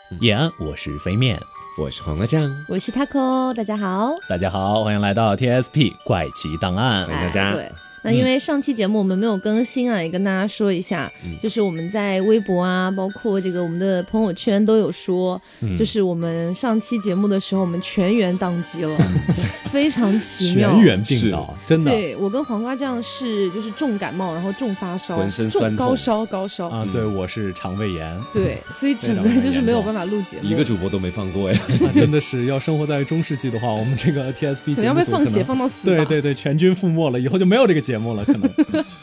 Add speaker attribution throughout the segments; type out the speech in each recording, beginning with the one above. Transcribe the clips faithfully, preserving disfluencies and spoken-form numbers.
Speaker 1: 叶安，我是飞面，
Speaker 2: 我是黄瓜酱，
Speaker 3: 我是 Taco， 大家好，
Speaker 1: 大家好，欢迎来到 T S P 怪奇档案，
Speaker 2: 欢迎大家。
Speaker 3: 哎、对。那因为上期节目我们没有更新啊，也跟大家说一下、嗯、就是我们在微博啊包括这个我们的朋友圈都有说、嗯、就是我们上期节目的时候我们全员宕机了非常奇妙，
Speaker 1: 全员病倒，真的。
Speaker 3: 对，我跟黄瓜酱是就是重感冒，然后重发烧，
Speaker 2: 浑身酸痛，
Speaker 3: 重高烧高烧
Speaker 1: 啊，对，我是肠胃炎，
Speaker 3: 对，所以整个就是没有办法录节目，
Speaker 2: 一个主播都没放过呀
Speaker 1: 真的是要生活在中世纪的话，我们这个 T S P 节目
Speaker 3: 要被放血放到死，
Speaker 1: 对对对，全军覆没了，以后就没有这个节目了可能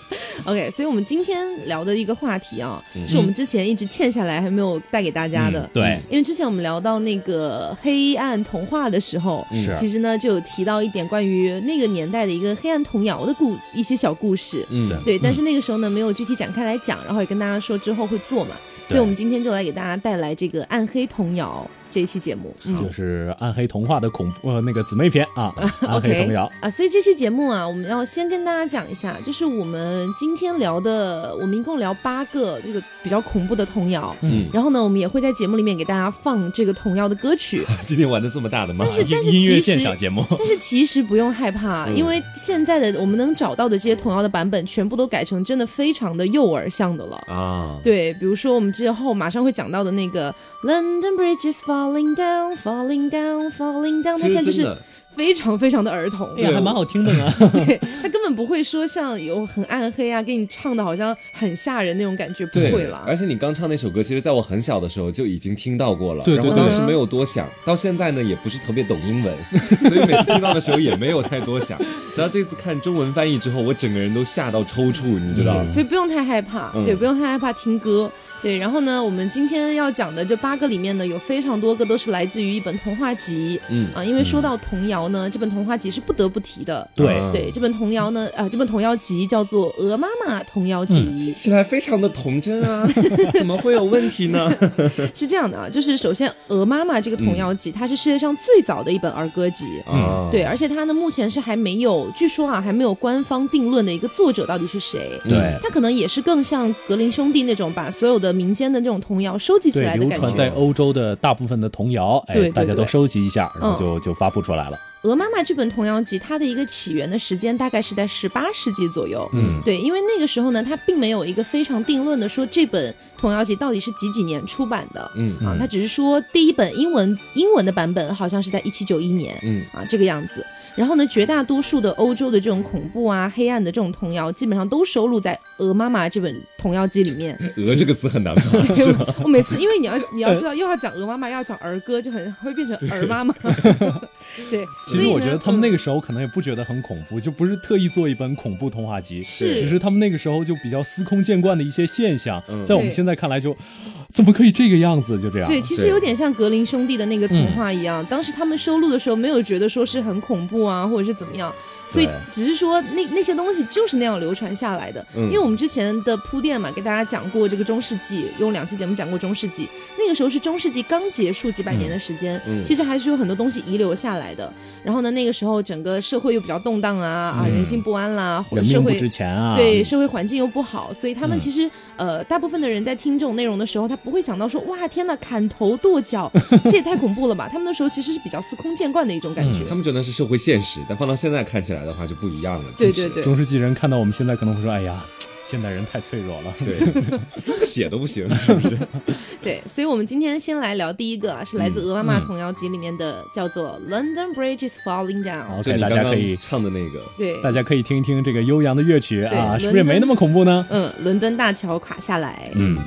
Speaker 3: OK， 所以我们今天聊的一个话题啊、嗯，是我们之前一直欠下来还没有带给大家的、
Speaker 1: 嗯、对，
Speaker 3: 因为之前我们聊到那个黑暗童话的时候、
Speaker 1: 嗯、
Speaker 3: 其实呢就有提到一点关于那个年代的一个黑暗童谣的故一些小故事，
Speaker 2: 嗯，
Speaker 3: 对，但是那个时候呢没有具体展开来讲，然后也跟大家说之后会做嘛，所以我们今天就来给大家带来这个暗黑童谣这一期节目、
Speaker 1: 嗯、就是暗黑童话的恐怖呃那个姊妹篇啊暗黑童谣、
Speaker 3: okay, 啊，所以这期节目啊我们要先跟大家讲一下，就是我们今天聊的，我们一共聊八个这个比较恐怖的童谣，嗯，然后呢我们也会在节目里面给大家放这个童谣的歌曲
Speaker 2: 今天玩的这么大的吗？
Speaker 3: 但是但是
Speaker 1: 音乐鉴赏节目
Speaker 3: 但是其实不用害怕、嗯、因为现在的我们能找到的这些童谣的版本全部都改成真的非常的幼儿向的了啊，对，比如说我们之后马上会讲到的那个 London Bridge is falling down falling down falling down， 它现在就是非常非常的儿童，
Speaker 1: 哎呀，还蛮好听的呢。
Speaker 3: 对，他根本不会说像有很暗黑啊，给你唱的好像很吓人那种感觉，不会了。
Speaker 2: 而且你刚唱那首歌，其实在我很小的时候就已经听到过了，
Speaker 1: 对对对，
Speaker 2: 然后当时没有多想，到现在呢也不是特别懂英文，所以每次听到的时候也没有太多想。直到这次看中文翻译之后，我整个人都吓到抽搐，你知道吗？
Speaker 3: 所以不用太害怕，
Speaker 2: 嗯、
Speaker 3: 对，不用太害怕听歌。对，然后呢，我们今天要讲的这八个里面呢，有非常多个都是来自于一本童话集，嗯啊，因为说到童谣呢，嗯、这本童话集是不得不提的。
Speaker 1: 对
Speaker 3: 对，这本童谣呢，啊，这本童谣集叫做《鹅妈妈童谣集》，
Speaker 2: 嗯、起来非常的童真啊，怎么会有问题呢？
Speaker 3: 是这样的啊，就是首先《鹅妈妈》这个童谣集，嗯、它是世界上最早的一本儿歌集，嗯，对，而且它呢目前是还没有，据说啊还没有官方定论的一个作者到底是谁，
Speaker 1: 对，
Speaker 3: 它可能也是更像格林兄弟那种把所有的民间的这种童谣收集起来的感觉，
Speaker 1: 流传在欧洲的大部分的童谣，哎，
Speaker 3: 对对对，
Speaker 1: 大家都收集一下，然后就、嗯、就发布出来了。
Speaker 3: 鹅妈妈这本童谣集，它的一个起源的时间大概是在十八世纪左右。
Speaker 1: 嗯，
Speaker 3: 对，因为那个时候呢，它并没有一个非常定论的说这本童谣集到底是几几年出版的。
Speaker 2: 嗯
Speaker 3: 啊，它只是说第一本英文英文的版本好像是在一七九一年。
Speaker 2: 嗯
Speaker 3: 啊，这个样子。然后呢，绝大多数的欧洲的这种恐怖啊、黑暗的这种童谣，基本上都收录在《鹅妈妈》这本童谣集里面。
Speaker 2: 鹅这个词很难发，是吗？
Speaker 3: 我每次因为你要你要知道，又要讲鹅妈妈，又要讲儿歌，就很会变成儿妈妈。对，
Speaker 1: 其实我觉得他们那个时候可能也不觉得很恐怖，就不是特意做一本恐怖童话集，
Speaker 3: 是，
Speaker 1: 只是他们那个时候就比较司空见惯的一些现象，嗯、在我们现在看来就。怎么可以这个样子？就这样。
Speaker 3: 对，其实有点像格林兄弟的那个童话一样，当时他们收录的时候没有觉得说是很恐怖啊，或者是怎么样。所以只是说那那些东西就是那样流传下来的、嗯、因为我们之前的铺垫嘛，给大家讲过这个中世纪，用两期节目讲过中世纪，那个时候是中世纪刚结束几百年的时间、嗯、其实还是有很多东西遗留下来的。然后呢，那个时候整个社会又比较动荡啊、嗯、啊，人心不安啦，或者社会
Speaker 1: 人命不值钱啊，
Speaker 3: 对，社会环境又不好，所以他们其实、嗯、呃，大部分的人在听这种内容的时候，他不会想到说哇天哪，砍头剁脚这也太恐怖了吧。他们那时候其实是比较司空见惯的一种感觉、
Speaker 2: 嗯、他们觉得是社会现实，但放到现在看起来的话就不一样了。
Speaker 3: 对对对，
Speaker 1: 中世纪人看到我们现在可能会说哎呀，现代人太脆弱了，
Speaker 2: 对，血都不行，是不是？
Speaker 3: 对，所以我们今天先来聊第一个，是来自鹅妈妈童谣集里面的、嗯、叫做 London Bridge is falling down。
Speaker 2: OK，
Speaker 1: 大家可以
Speaker 2: 唱的那个，
Speaker 3: 对，
Speaker 1: 大家可以听一听这个悠扬的乐曲啊，是不是也没那么恐怖呢？
Speaker 3: 嗯，伦敦大桥垮下来。
Speaker 1: 嗯。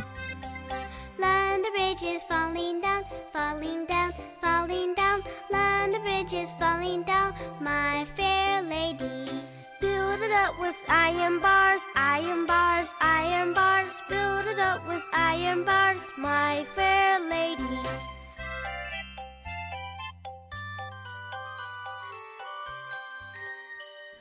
Speaker 4: London Bridge is falling down, falling down, falling down. London Bridge is falling down, my fair lady.Build it up with iron bars, iron bars, iron bars. Build it up with iron bars, my fair lady.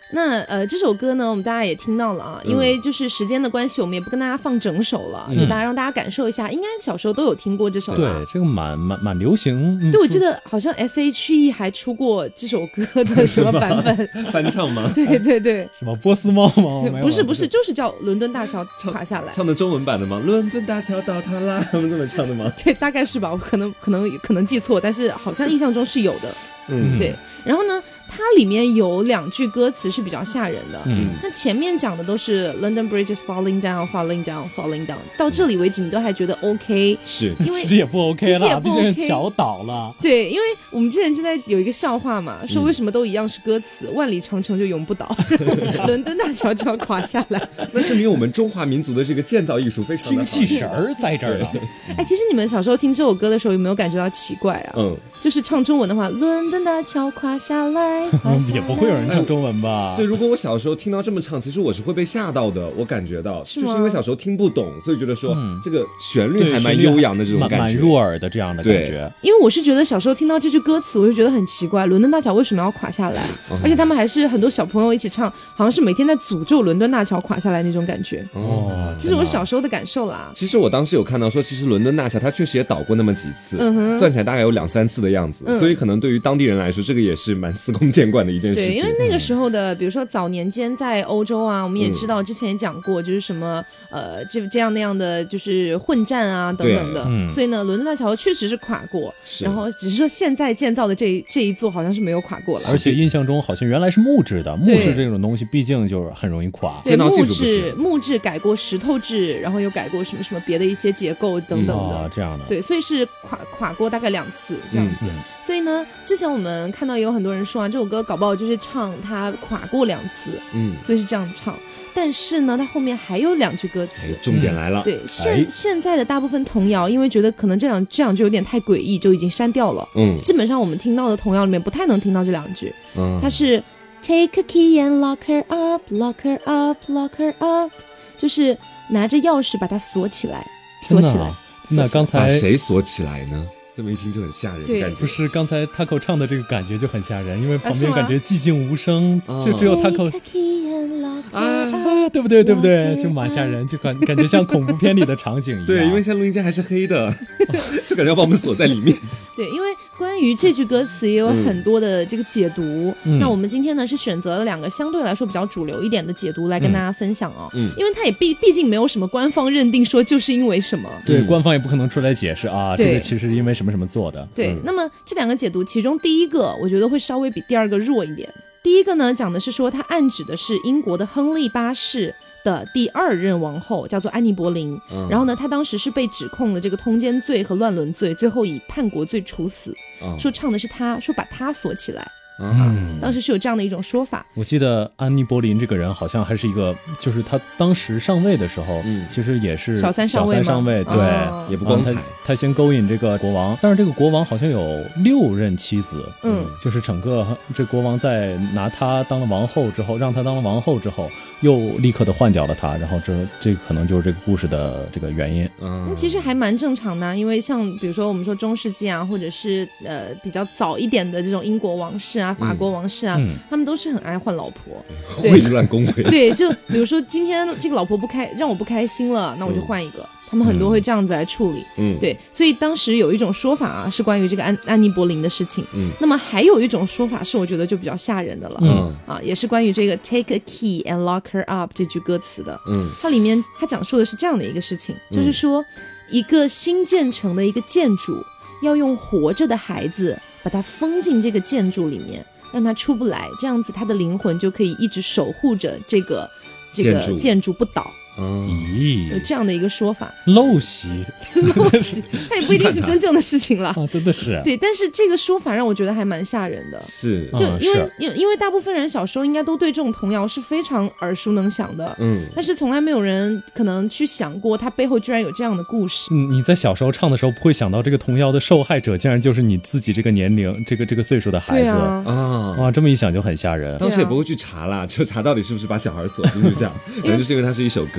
Speaker 3: 那呃，这首歌呢，我们大家也听到了啊，因为就是时间的关系，我们也不跟大家放整首了，嗯、就大家让大家感受一下，应该小时候都有听过这首歌。
Speaker 1: 对，这个蛮蛮蛮流行。嗯、
Speaker 3: 对，我记得好像 S H E 还出过这首歌的什么版本
Speaker 2: 翻唱吗？
Speaker 3: 对对对，
Speaker 1: 什么波斯猫吗？
Speaker 3: 不是不是，就是叫伦敦大桥垮下来，
Speaker 2: 唱的中文版的吗？伦敦大桥倒塌啦，他们这么唱的吗？
Speaker 3: 对，大概是吧，我可能可能可能记错，但是好像印象中是有的。嗯，对。然后呢，它里面有两句歌词是比较吓人的。嗯，那前面讲的都是 London Bridge is falling down, falling down, falling down， 到这里为止你都还觉得 OK，
Speaker 2: 是，
Speaker 3: 因为
Speaker 1: 其实也不 OK 了，
Speaker 3: 毕
Speaker 1: 竟桥倒了。
Speaker 3: 对，因为我们之前就在有一个笑话嘛，说为什么都一样是歌词，嗯、万里长城就永不倒，伦敦大桥就要垮下来。
Speaker 2: 那证明我们中华民族的这个建造艺术非常的
Speaker 1: 精气神儿在这儿了。
Speaker 3: 哎，其实你们小时候听这首歌的时候，有没有感觉到奇怪啊？嗯，就是唱中文的话，伦敦大桥垮下来，垮下来
Speaker 1: 也不会有人唱中文吧？
Speaker 2: 对，如果我小时候听到这么唱，其实我是会被吓到的。我感觉到，就是因为小时候听不懂，所以觉得说、嗯、这个旋律还蛮悠扬的这种感觉，
Speaker 1: 蛮入耳的这样的感觉。
Speaker 3: 因为我是觉得小时候听到这句歌词，我就觉得很奇怪，伦敦大桥为什么要垮下来？嗯、而且他们还是很多小朋友一起唱，好像是每天在诅咒伦敦大桥垮下来那种感觉。哦，这是我小时候的感受啦。
Speaker 2: 其实我当时有看到说，其实伦敦大桥它确实也倒过那么几次，嗯、算起来大概有两三次的样子、嗯，所以可能对于当地人来说，这个也是蛮司空见惯的一件事情。
Speaker 3: 对，因为那个时候的，比如说早年间在欧洲啊，我们也知道之前也讲过，就是什么呃这这样那样的就是混战啊等等的，嗯、所以呢，伦敦大桥确实是垮过，然后只是说现在建造的这这一座好像是没有垮过了。
Speaker 1: 而且印象中好像原来是木质的，木质这种东西毕竟就是很容易垮。
Speaker 3: 对，木质木质改过石头制，然后又改过什么什么别的一些结构等等的，
Speaker 1: 嗯哦、这样的。
Speaker 3: 对，所以是垮垮过大概两次这样子。嗯嗯、所以呢，之前我们看到也有很多人说啊，这首歌搞不好就是唱它垮过两次，嗯，所以是这样唱。但是呢，它后面还有两句歌词，
Speaker 2: 哎、重点来了。
Speaker 3: 对，现、哎、现在的大部分童谣，因为觉得可能这两这两句有点太诡异，就已经删掉了。嗯，基本上我们听到的童谣里面不太能听到这两句。嗯，它是 Take a key and lock her up, lock her up, lock her up， 就是拿着钥匙把它锁起来，锁起来。
Speaker 1: 那刚才
Speaker 2: 把谁锁起来呢？这么一听就很吓人的感觉。
Speaker 1: 不是，刚才 Taco 唱的这个感觉就很吓人，因为旁边感觉寂静无声，啊、就只有 Taco 啊，对不对？对不对？就蛮吓人，就感感觉像恐怖片里的场景一样。
Speaker 2: 对，因为现在录音间还是黑的，就感觉要把我们锁在里面。
Speaker 3: 对，因为关于这句歌词也有很多的这个解读。嗯、那我们今天呢是选择了两个相对来说比较主流一点的解读来跟大家分享哦。嗯，因为它也毕毕竟没有什么官方认定说就是因为什么。
Speaker 1: 对，嗯、官方也不可能出来解释啊，这个其实因为什么什么做的。
Speaker 3: 对，嗯、那么这两个解读，其中第一个我觉得会稍微比第二个弱一点。第一个呢，讲的是说它暗指的是英国的亨利八世的第二任王后，叫做安妮博林。嗯、然后呢，她当时是被指控了这个通奸罪和乱伦罪，最后以叛国罪处死。嗯、说唱的是她，说把她锁起来。嗯，当时是有这样的一种说法。
Speaker 1: 我记得安妮博林这个人好像还是一个，就是他当时上位的时候，嗯，其实也是
Speaker 3: 小三上位，
Speaker 1: 小三上位，对，
Speaker 3: 哦、
Speaker 2: 也不光彩。
Speaker 1: 他他先勾引这个国王，但是这个国王好像有六任妻子，嗯，就是整个这国王在拿他当了王后之后，让他当了王后之后，又立刻的换掉了他，然后这这可能就是这个故事的这个原因。
Speaker 3: 嗯，其实还蛮正常的，因为像比如说我们说中世纪啊，或者是呃比较早一点的这种英国王室啊。法国王室啊、嗯，他们都是很爱换老婆，
Speaker 2: 会乱恭维。
Speaker 3: 对，就比如说今天这个老婆不开，让我不开心了，那我就换一个。嗯、他们很多会这样子来处理。嗯，对，所以当时有一种说法啊，是关于这个安安妮博林的事情。嗯，那么还有一种说法是，我觉得就比较吓人的了。嗯，啊，也是关于这个 Take a key and lock her up 这句歌词的。嗯，它里面它讲述的是这样的一个事情，嗯、就是说一个新建成的一个建筑，要用活着的孩子。把它封进这个建筑里面，让它出不来，这样子它的灵魂就可以一直守护着这个这个建筑不倒。
Speaker 1: 咦，
Speaker 3: 有这样的一个说法，
Speaker 1: 陋习，
Speaker 3: 陋习，它也不一定是真正的事情了
Speaker 1: 啊，真的是。
Speaker 3: 对，但是这个说法让我觉得还蛮吓人的，
Speaker 2: 是，
Speaker 3: 就因为、嗯、因为因为大部分人小时候应该都对这种童谣是非常耳熟能详的，嗯，但是从来没有人可能去想过它背后居然有这样的故事。
Speaker 1: 嗯，你在小时候唱的时候不会想到这个童谣的受害者竟然就是你自己这个年龄、这个这个岁数的孩子啊，啊哇，这么一想就很吓人。
Speaker 2: 当时也不会去查啦，就查到底是不是把小孩锁进去这样，可能就是因为它是一首歌。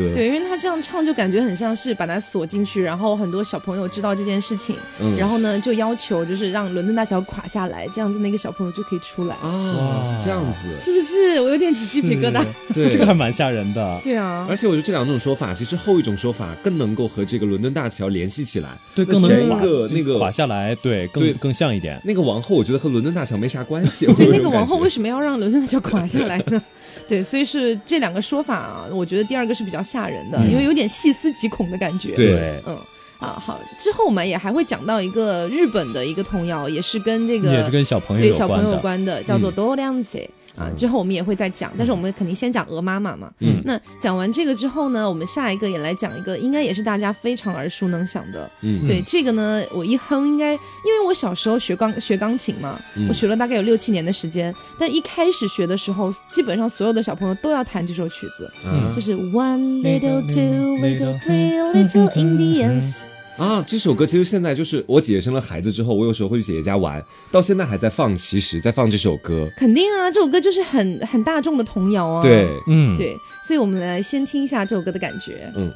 Speaker 2: 歌。
Speaker 3: 对，因为他这样唱就感觉很像是把它锁进去，然后很多小朋友知道这件事情，嗯、然后呢就要求就是让伦敦大桥垮下来，这样子那个小朋友就可以出来
Speaker 2: 啊，是这样子，
Speaker 3: 是不是？我有点起鸡皮疙瘩。
Speaker 1: 对，这个还蛮吓人的。
Speaker 3: 对啊，
Speaker 2: 而且我觉得这两种说法，其实后一种说法更能够和这个伦敦大桥联系起来，
Speaker 1: 对，更能
Speaker 2: 垮那个
Speaker 1: 垮下来，对，更对更像一点。
Speaker 2: 那个王后，我觉得和伦敦大桥没啥关系。
Speaker 3: 对，那个王后为什么要让伦敦大桥垮下来呢？对，所以是这两个说法啊，我觉得第二个是比较吓人的，嗯、因为有点细思极恐的感觉。
Speaker 2: 对，
Speaker 3: 嗯。啊，好，之后我们也还会讲到一个日本的一个童谣，也是跟这个
Speaker 1: 也是跟小朋友
Speaker 3: 对小朋友有
Speaker 1: 关
Speaker 3: 关的，叫做 Doryamse、嗯、啊。之后我们也会再讲，但是我们肯定先讲鹅妈妈嘛。嗯，那讲完这个之后呢，我们下一个也来讲一个，应该也是大家非常耳熟能详的。嗯，对，这个呢，我一哼应该，因为我小时候学钢学钢琴嘛，嗯、我学了大概有六七年的时间，但一开始学的时候，基本上所有的小朋友都要弹这首曲子，嗯、就是 One little two little three little Indians。
Speaker 2: 啊，这首歌其实现在就是我姐姐生了孩子之后，我有时候会去姐姐家玩，到现在还在放，其实在放这首歌。
Speaker 3: 肯定啊，这首歌就是很很大众的童谣啊。
Speaker 2: 对，
Speaker 1: 嗯，
Speaker 3: 对，所以我们来先听一下这首歌的感觉。
Speaker 2: 嗯。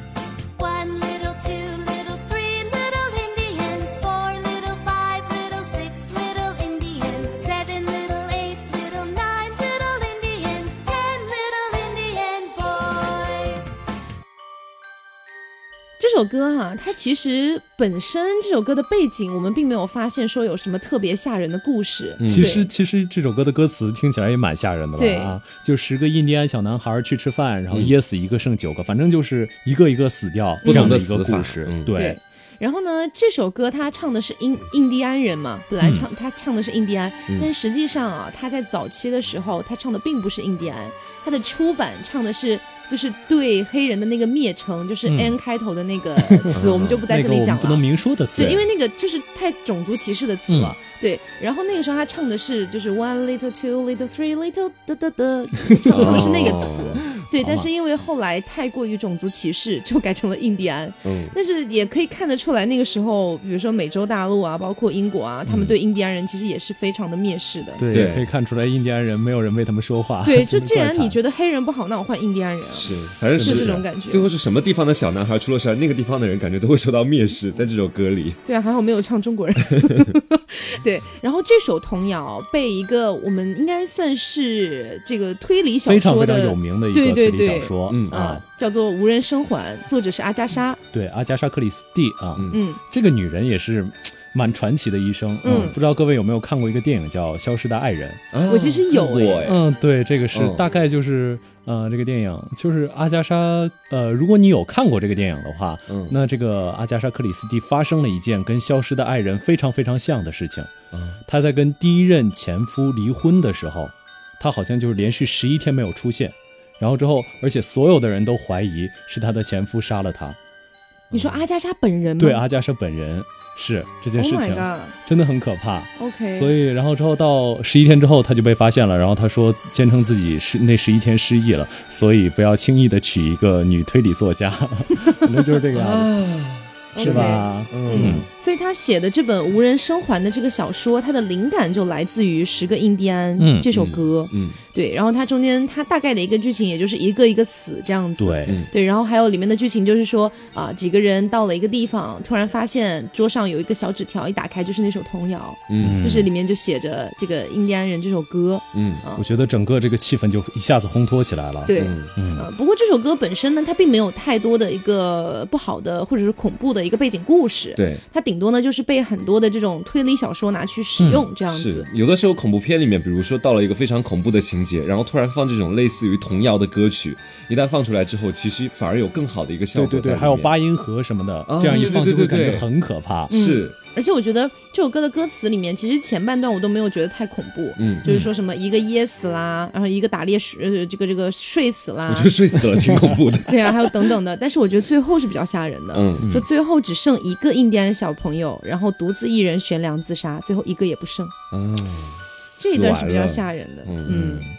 Speaker 3: 这首歌哈、啊，它其实本身这首歌的背景，我们并没有发现说有什么特别吓人的故事。
Speaker 1: 嗯、其实，其实这首歌的歌词听起来也蛮吓人的了啊！就十个印第安小男孩去吃饭，然后噎死一个剩九个，嗯、反正就是一个一个死掉这样的一个故事。
Speaker 2: 嗯、
Speaker 1: 对。
Speaker 3: 对然后呢，这首歌他唱的是印印第安人嘛，本来唱、嗯、他唱的是印第安，嗯、但实际上啊，他在早期的时候，他唱的并不是印第安，他的出版唱的是就是对黑人的那个蔑称，就是 N 开头的那个词，嗯、我们就不在这里讲了，
Speaker 1: 那个、不能明说的词，
Speaker 3: 对，因为那个就是太种族歧视的词了，嗯、对。然后那个时候他唱的是就是 one little two little three little 的的的，唱的是那个词。哦对，但是因为后来太过于种族歧视，就改成了印第安。嗯，但是也可以看得出来，那个时候，比如说美洲大陆啊，包括英国啊，他们对印第安人其实也是非常的蔑视的。
Speaker 1: 对，对可以看出来，印第安人没有人为他们说话。
Speaker 3: 对，就既然你觉得黑人不好，那我换印第安人啊。
Speaker 2: 是，反正
Speaker 3: 是这种感觉。
Speaker 2: 最后是什么地方的小男孩出了事，那个地方的人感觉都会受到蔑视，在这首歌里。
Speaker 3: 对啊，还好没有唱中国人。对，然后这首童谣被一个我们应该算是这个推理小说的
Speaker 1: 非常非常有名的一个推理小说。
Speaker 3: 对对对嗯啊，叫做《无人生还》，作者是阿加莎。
Speaker 1: 对，阿加莎·克里斯蒂啊，嗯，这个女人也是蛮传奇的一生。嗯，不知道各位有没有看过一个电影叫《消失的爱人》？
Speaker 3: 啊、我其实有
Speaker 2: 哎。
Speaker 1: 嗯，对，这个是、嗯、大概就是呃，这个电影就是阿加莎呃，如果你有看过这个电影的话，嗯，那这个阿加莎·克里斯蒂发生了一件跟《消失的爱人》非常非常像的事情。嗯，她在跟第一任前夫离婚的时候，她好像就是连续十一天没有出现。然后之后，而且所有的人都怀疑是她的前夫杀了她。
Speaker 3: 你说阿加莎本人吗？
Speaker 1: 对，阿加莎本人是这件事情、oh、真的很可怕。
Speaker 3: OK，
Speaker 1: 所以然后之后到十一天之后，他就被发现了。然后他说，坚称自己是那十一天失忆了，所以不要轻易的娶一个女推理作家。反正就是这个样子。是吧？
Speaker 3: Okay, 嗯，所以他写的这本《无人生还》的这个小说，它的灵感就来自于《十个印第安》这首歌。嗯，嗯对。然后它中间它大概的一个剧情，也就是一个一个死这样子。
Speaker 1: 对，
Speaker 3: 对。然后还有里面的剧情就是说啊、呃，几个人到了一个地方，突然发现桌上有一个小纸条，一打开就是那首童谣。嗯，就是里面就写着这个印第安人这首歌。
Speaker 1: 嗯，啊、我觉得整个这个气氛就一下子烘托起来了。
Speaker 3: 对，嗯。嗯呃、不过这首歌本身呢，它并没有太多的一个不好的或者是恐怖的一个背景故事，
Speaker 2: 对，
Speaker 3: 它顶多呢就是被很多的这种推理小说拿去使用、嗯、这样子。
Speaker 2: 是有的时候恐怖片里面，比如说到了一个非常恐怖的情节，然后突然放这种类似于童谣的歌曲，一旦放出来之后，其实反而有更好的一个效果。
Speaker 1: 对对对，还有八音盒什么的，啊、这样一放就会感觉很可怕。
Speaker 3: 对对对对
Speaker 2: 是。
Speaker 3: 嗯而且我觉得这首歌的歌词里面，其实前半段我都没有觉得太恐怖，嗯，就是说什么一个噎死啦，然后一个打猎呃这个这个睡死啦，
Speaker 2: 我觉得睡死了挺恐怖的，
Speaker 3: 对啊，还有等等的，但是我觉得最后是比较吓人的，嗯，说最后只剩一个印第安小朋友，然后独自一人悬梁自杀，最后一个也不剩，嗯，这一段是比较吓人的，嗯。嗯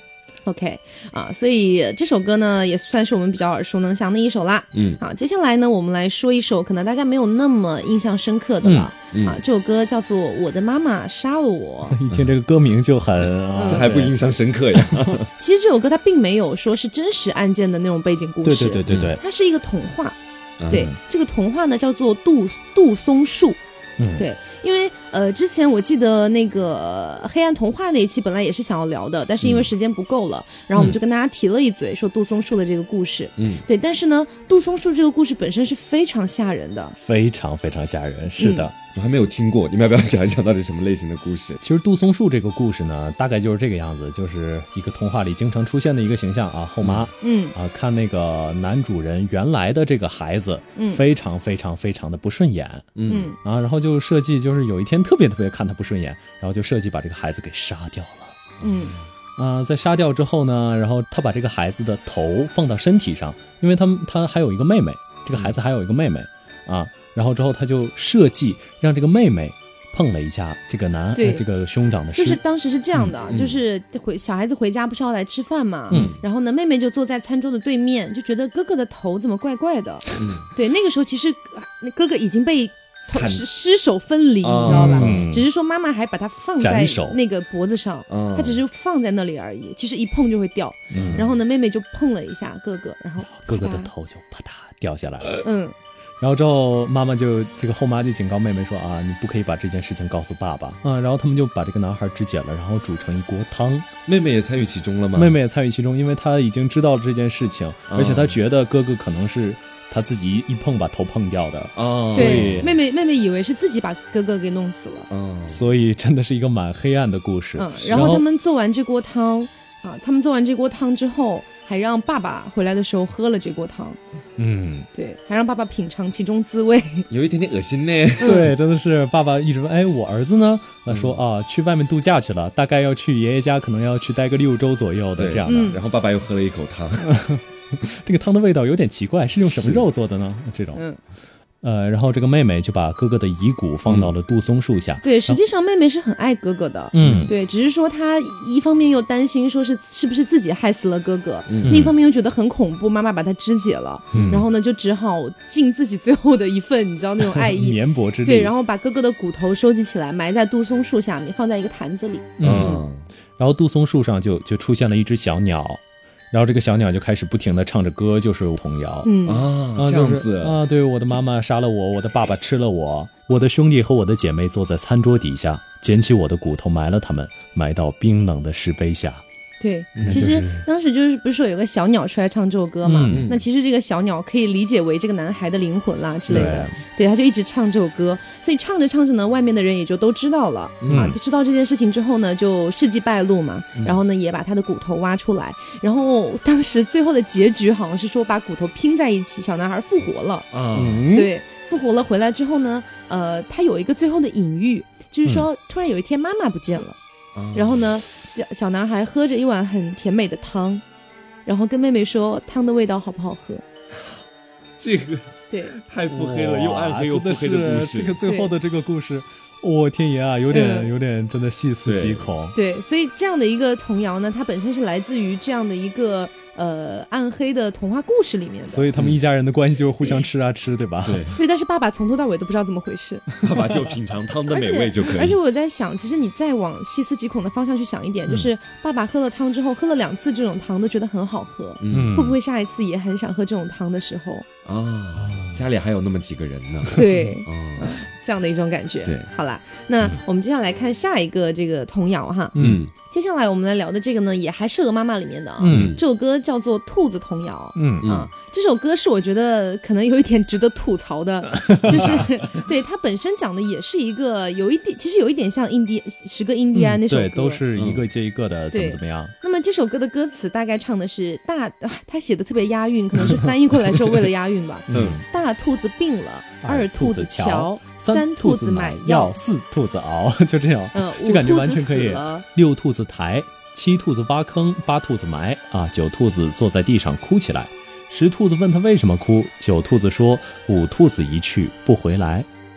Speaker 3: OK 啊，所以这首歌呢也算是我们比较耳熟能详的一首啦。嗯，好，接下来呢我们来说一首可能大家没有那么印象深刻的了。嗯嗯、啊，这首歌叫做《我的妈妈杀了我》。
Speaker 1: 一听这个歌名就很，嗯啊、
Speaker 2: 这还不印象深刻呀？
Speaker 3: 其实这首歌它并没有说是真实案件的那种背景故
Speaker 1: 事，对对对对对，
Speaker 3: 它是一个童话。
Speaker 2: 嗯、
Speaker 3: 对，这个童话呢叫做杜杜松树。
Speaker 1: 嗯，
Speaker 3: 对，因为呃，之前我记得那个黑暗童话那一期本来也是想要聊的，但是因为时间不够了，嗯、然后我们就跟大家提了一嘴，说杜松树的这个故事。嗯，对，但是呢，杜松树这个故事本身是非常吓人的，
Speaker 1: 非常非常吓人。是的。嗯，
Speaker 2: 我还没有听过，你们要不要讲一讲到底什么类型的故事？
Speaker 1: 其实杜松树这个故事呢，大概就是这个样子，就是一个童话里经常出现的一个形象啊，后妈，嗯啊，看那个男主人原来的这个孩子，嗯，非常非常非常的不顺眼，嗯啊，然后就设计就是有一天特别特别看他不顺眼，然后就设计把这个孩子给杀掉了，嗯啊，在杀掉之后呢，然后他把这个孩子的头放到身体上，因为他他还有一个妹妹，这个孩子还有一个妹妹。啊，然后之后他就设计让这个妹妹碰了一下这个男、呃、这个兄长的尸，
Speaker 3: 就是当时是这样的，嗯、就是回小孩子回家不是要来吃饭嘛，嗯，然后呢妹妹就坐在餐桌的对面，就觉得哥哥的头怎么怪怪的，嗯，对，那个时候其实哥哥已经被尸首分离，你知道吧？嗯、只是说妈妈还把它放在那个脖子上，它只是放在那里而已，其实一碰就会掉。嗯、然后呢妹妹就碰了一下哥哥，然后
Speaker 1: 哥哥的头就啪嗒掉下来了，嗯。然后之后妈妈就这个后妈就警告妹妹说啊，你不可以把这件事情告诉爸爸啊。然后他们就把这个男孩肢解了，然后煮成一锅汤。
Speaker 2: 妹妹也参与其中了吗？
Speaker 1: 妹妹也参与其中，因为她已经知道了这件事情，哦、而且她觉得哥哥可能是他自己一碰把头碰掉的
Speaker 2: 哦，
Speaker 1: 所以
Speaker 3: 妹妹妹妹以为是自己把哥哥给弄死了，
Speaker 2: 嗯，
Speaker 1: 所以真的是一个蛮黑暗的故事。
Speaker 3: 嗯，然后他们做完这锅汤啊，他们做完这锅汤之后，还让爸爸回来的时候喝了这锅汤。嗯，对，还让爸爸品尝其中滋味，
Speaker 2: 有一点点恶心呢。
Speaker 1: 对，真的是爸爸一直问，哎，我儿子呢？他说、嗯、啊，去外面度假去了，大概要去爷爷家，可能要去待个六周左右的这样的。
Speaker 2: 嗯、然后爸爸又喝了一口汤，
Speaker 1: 这个汤的味道有点奇怪，是用什么肉做的呢？这种，嗯。呃，然后这个妹妹就把哥哥的遗骨放到了杜松树下。
Speaker 3: 嗯、对，实际上妹妹是很爱哥哥的。嗯，对，只是说她一方面又担心说是是不是自己害死了哥哥，嗯、另一方面又觉得很恐怖，妈妈把她肢解了，嗯、然后呢就只好尽自己最后的一份，你知道那种爱意，
Speaker 1: 绵薄之力。
Speaker 3: 对，然后把哥哥的骨头收集起来，埋在杜松树下面，放在一个坛子里。
Speaker 1: 嗯，嗯然后杜松树上就就出现了一只小鸟。然后这个小鸟就开始不停地唱着歌，就是童谣。
Speaker 2: 嗯啊，这样子
Speaker 1: 啊，对，我的妈妈杀了我，我的爸爸吃了我，我的兄弟和我的姐妹坐在餐桌底下，捡起我的骨头埋了他们，埋到冰冷的石碑下。
Speaker 3: 对，其实当时就是不是说有个小鸟出来唱这首歌嘛、嗯、那其实这个小鸟可以理解为这个男孩的灵魂啦之类的。 对, 对他就一直唱这首歌，所以唱着唱着呢，外面的人也就都知道了、嗯、啊，就知道这件事情之后呢，就事迹败露嘛、嗯、然后呢也把他的骨头挖出来，然后当时最后的结局好像是说把骨头拼在一起，小男孩复活了、嗯、对，复活了回来之后呢，呃，他有一个最后的隐喻，就是说、嗯、突然有一天妈妈不见了，然后呢小小男孩喝着一碗很甜美的汤，然后跟妹妹说汤的味道好不好喝。
Speaker 2: 这个
Speaker 3: 对
Speaker 2: 太腹黑了，又暗黑又腹黑的故事。
Speaker 1: 这个最后的这个故事，我、哦、天爷啊，有点、嗯、有点真的细思极恐。
Speaker 3: 对，所以这样的一个童谣呢，它本身是来自于这样的一个呃暗黑的童话故事里面的。
Speaker 1: 所以他们一家人的关系就是互相吃啊吃，对吧？
Speaker 2: 对。
Speaker 3: 对，但是爸爸从头到尾都不知道怎么回事。
Speaker 2: 爸爸就品尝汤的美味就可以。
Speaker 3: 而且, 而且我在想，其实你再往细思极恐的方向去想一点，嗯、就是爸爸喝了汤之后，喝了两次这种汤都觉得很好喝，嗯，会不会下一次也很想喝这种汤的时候？
Speaker 2: 哦，家里还有那么几个人呢。
Speaker 3: 对，哦、嗯，这样的一种感觉。
Speaker 2: 对，
Speaker 3: 好啦，那我们接下来看下一个这个童谣哈。
Speaker 2: 嗯，
Speaker 3: 接下来我们来聊的这个呢，也还是鹅妈妈里面的啊。嗯，这首歌叫做《兔子童谣》。嗯啊，这首歌是我觉得可能有一点值得吐槽的，就是对它本身讲的也是一个有一点，其实有一点像印第十个印第安那首歌，
Speaker 1: 嗯、对，都是一个接一个的，嗯、怎么怎么样。
Speaker 3: 那么这首歌的歌词大概唱的是大，他写的特别押韵，可能是翻译过来之后为了押韵吧。嗯，大兔子病了，二兔子瞧，三兔子买药，
Speaker 1: 四兔子熬，就这样，嗯，就感觉完全可以。六兔子抬，七兔子挖坑，八兔子埋啊，九兔子坐在地上哭起来。十兔子问他为什么哭，九兔子说五兔子一去不回来。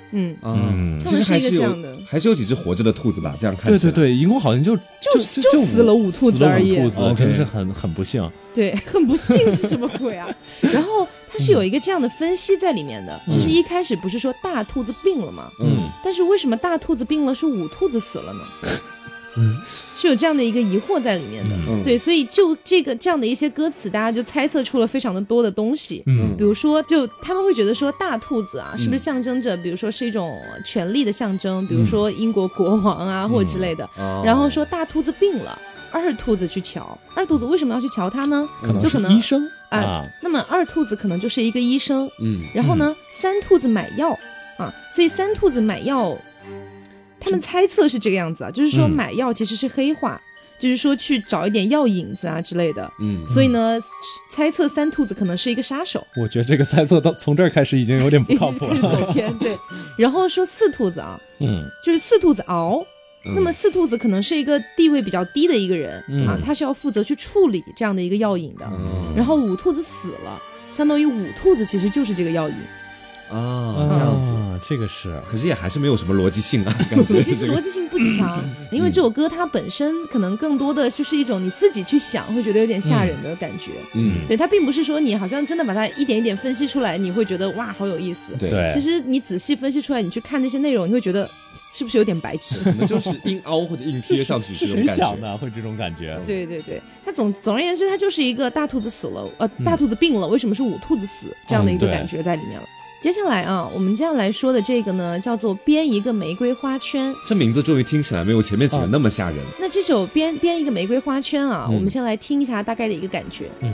Speaker 3: 嗯
Speaker 2: 嗯，
Speaker 3: 唱的是一个这样的，
Speaker 2: 还是有几只活着的兔子吧？这样看起来，
Speaker 1: 对对对，一共好像就
Speaker 3: 就就就死了五兔子而已，
Speaker 1: 兔子真的是很很不幸。
Speaker 3: 对，很不幸是什么鬼啊？然后它是有一个这样的分析在里面的，嗯、就是一开始不是说大兔子病了吗？嗯，但是为什么大兔子病了是五兔子死了呢？嗯，是有这样的一个疑惑在里面的，嗯、对，所以就这个这样的一些歌词，大家就猜测出了非常的多的东西，嗯，比如说，就他们会觉得说大兔子啊，是不是象征着，比如说是一种权力的象征，比如说英国国王啊，嗯、或者之类的，嗯、然后说大兔子病了，二兔子去瞧，二兔子为什么要去瞧他呢？
Speaker 1: 可能
Speaker 3: 就可能
Speaker 1: 医生
Speaker 3: 啊、呃，那么二兔子可能就是一个医生，嗯，然后呢，三兔子买药啊，所以三兔子买药。他们猜测是这个样子啊，就是说买药其实是黑话，嗯、就是说去找一点药引子啊之类的。嗯，所以呢，猜测三兔子可能是一个杀手。
Speaker 1: 我觉得这个猜测到从这儿开始已经有点不靠谱了，
Speaker 3: 开始走偏。对，然后说四兔子啊，嗯，就是四兔子熬。嗯、那么四兔子可能是一个地位比较低的一个人、嗯、啊，他是要负责去处理这样的一个药引的。嗯、然后五兔子死了，相当于五兔子其实就是这个药引。
Speaker 2: 啊，这样子，
Speaker 1: 啊、这个是，
Speaker 2: 可是也还是没有什么逻辑性啊。
Speaker 3: 对，其实逻辑性不强，因为这首歌它本身可能更多的就是一种你自己去想会觉得有点吓人的感觉。嗯，对，它并不是说你好像真的把它一点一点分析出来，你会觉得哇好有意思。
Speaker 2: 对，
Speaker 3: 其实你仔细分析出来，你去看那些内容，你会觉得是不是有点白痴？
Speaker 2: 可能就是硬凹或者硬贴上去，
Speaker 1: 是谁想的会这种感觉？
Speaker 3: 对对对，它总总而言之，它就是一个大兔子死了，呃，大兔子病了，为什么是五兔子死这样的一个感觉在里面了。接下来啊，我们接下来说的这个呢，叫做编一个玫瑰花圈。
Speaker 2: 这名字终于听起来没有前面几个那么吓人。
Speaker 3: 那这首编编一个玫瑰花圈啊，嗯、我们先来听一下大概的一个感觉。嗯。